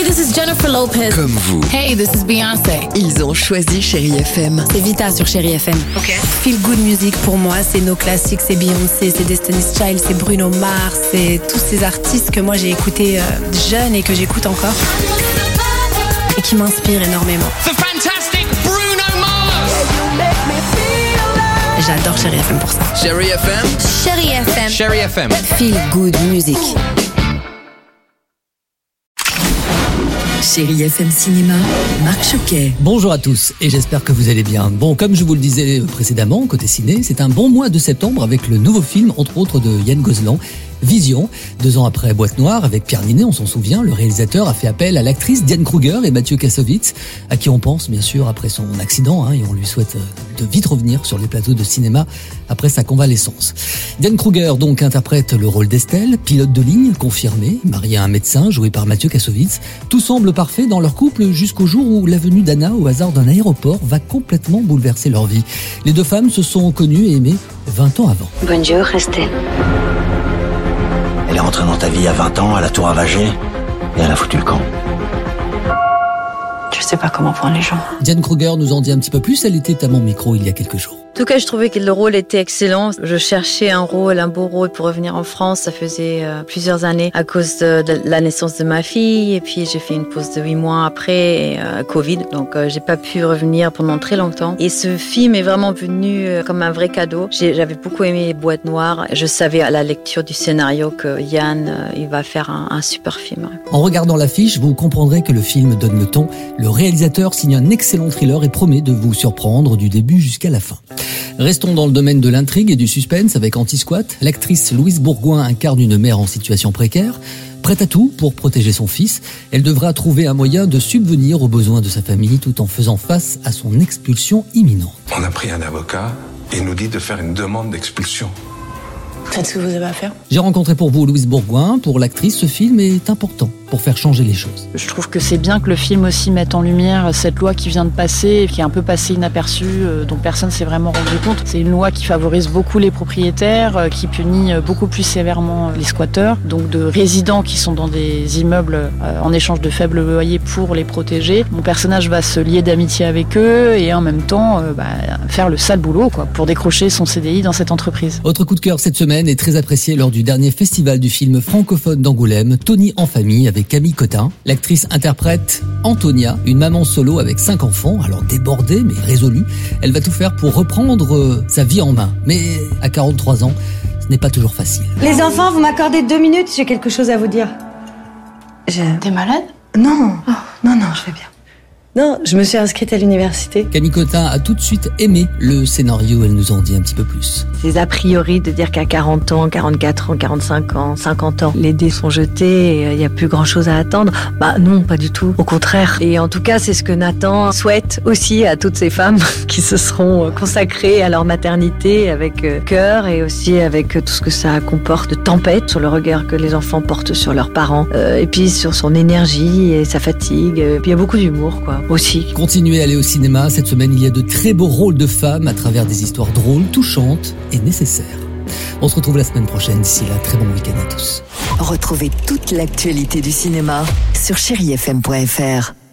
this is Jennifer Lopez. Comme vous. Hey, this is Beyoncé. Ils ont choisi Chérie FM. C'est Vita sur Chérie FM. OK. Feel Good Music pour moi, c'est nos classiques, c'est Beyoncé, c'est Destiny's Child, c'est Bruno Mars, c'est tous ces artistes que moi j'ai écoutés jeune et que j'écoute encore et qui m'inspirent énormément. The fantastic Bruno Mars. J'adore Chérie FM pour ça. Chérie FM. Chérie FM. Chérie FM. Feel Good Music. Chérie FM Cinéma, Marc Choquet. Bonjour à tous et j'espère que vous allez bien. Bon, comme je vous le disais précédemment, côté ciné, c'est un bon mois de septembre avec le nouveau film, entre autres, de Yann Gozlan, Vision. 2 ans après Boîte Noire, avec Pierre Ninet, on s'en souvient, le réalisateur a fait appel à l'actrice Diane Kruger et Mathieu Kassovitz, à qui on pense bien sûr après son accident, et on lui souhaite de vite revenir sur les plateaux de cinéma après sa convalescence. Diane Kruger donc interprète le rôle d'Estelle, pilote de ligne confirmée, mariée à un médecin joué par Mathieu Kassovitz. Tout semble parfait dans leur couple jusqu'au jour où la venue d'Anna au hasard d'un aéroport va complètement bouleverser leur vie. Les deux femmes se sont connues et aimées 20 ans avant. Bonjour, Estelle. Elle est rentrée dans ta vie à 20 ans, à la tour Ravagée, et elle a foutu le camp. Je sais pas comment prendre les gens. Diane Kruger nous en dit un petit peu plus, elle était à mon micro il y a quelques jours. En tout cas, je trouvais que le rôle était excellent. Je cherchais un beau rôle pour revenir en France. Ça faisait plusieurs années à cause de la naissance de ma fille. Et puis, j'ai fait une pause de 8 mois après, Covid. Donc, j'ai pas pu revenir pendant très longtemps. Et ce film est vraiment venu comme un vrai cadeau. J'avais beaucoup aimé Boîte Noire. Je savais à la lecture du scénario que Yann, il va faire un super film. En regardant l'affiche, vous comprendrez que le film donne le ton. Le réalisateur signe un excellent thriller et promet de vous surprendre du début jusqu'à la fin. Restons dans le domaine de l'intrigue et du suspense avec Anti-Squat. L'actrice Louise Bourgoin incarne une mère en situation précaire. Prête à tout pour protéger son fils, elle devra trouver un moyen de subvenir aux besoins de sa famille tout en faisant face à son expulsion imminente. On a pris un avocat et il nous dit de faire une demande d'expulsion. Faites ce que vous avez à faire. J'ai rencontré pour vous Louise Bourgoin. Pour l'actrice, ce film est important pour faire changer les choses. Je trouve que c'est bien que le film aussi mette en lumière cette loi qui vient de passer, qui est un peu passée inaperçue, dont personne s'est vraiment rendu compte. C'est une loi qui favorise beaucoup les propriétaires, qui punit beaucoup plus sévèrement les squatteurs, donc de résidents qui sont dans des immeubles en échange de faibles loyers pour les protéger. Mon personnage va se lier d'amitié avec eux et en même temps faire le sale boulot pour décrocher son CDI dans cette entreprise. Autre coup de cœur cette semaine est très apprécié lors du dernier festival du film francophone d'Angoulême, Tony en famille avec Camille Cotin. L'actrice interprète Antonia, une maman solo avec 5 enfants, alors débordée mais résolue. Elle va tout faire pour reprendre sa vie en main. Mais à 43 ans, ce n'est pas toujours facile. Les enfants, vous m'accordez 2 minutes, j'ai quelque chose à vous dire. T'es malade? Non, non, je vais bien. Non, je me suis inscrite à l'université. Camille Cotin a tout de suite aimé le scénario, elle nous en dit un petit peu plus. Ces a priori de dire qu'à 40 ans, 44 ans, 45 ans, 50 ans, les dés sont jetés et il n'y a plus grand chose à attendre. Non, pas du tout. Au contraire. Et en tout cas, c'est ce que Nathan souhaite aussi à toutes ces femmes qui se seront consacrées à leur maternité avec cœur et aussi avec tout ce que ça comporte de tempête sur le regard que les enfants portent sur leurs parents et puis sur son énergie et sa fatigue. Et puis il y a beaucoup d'humour, aussi. Continuez à aller au cinéma. Cette semaine, il y a de très beaux rôles de femmes à travers des histoires drôles, touchantes et nécessaires. On se retrouve la semaine prochaine. D'ici là, très bon week-end à tous. Retrouvez toute l'actualité du cinéma sur chérifm.fr.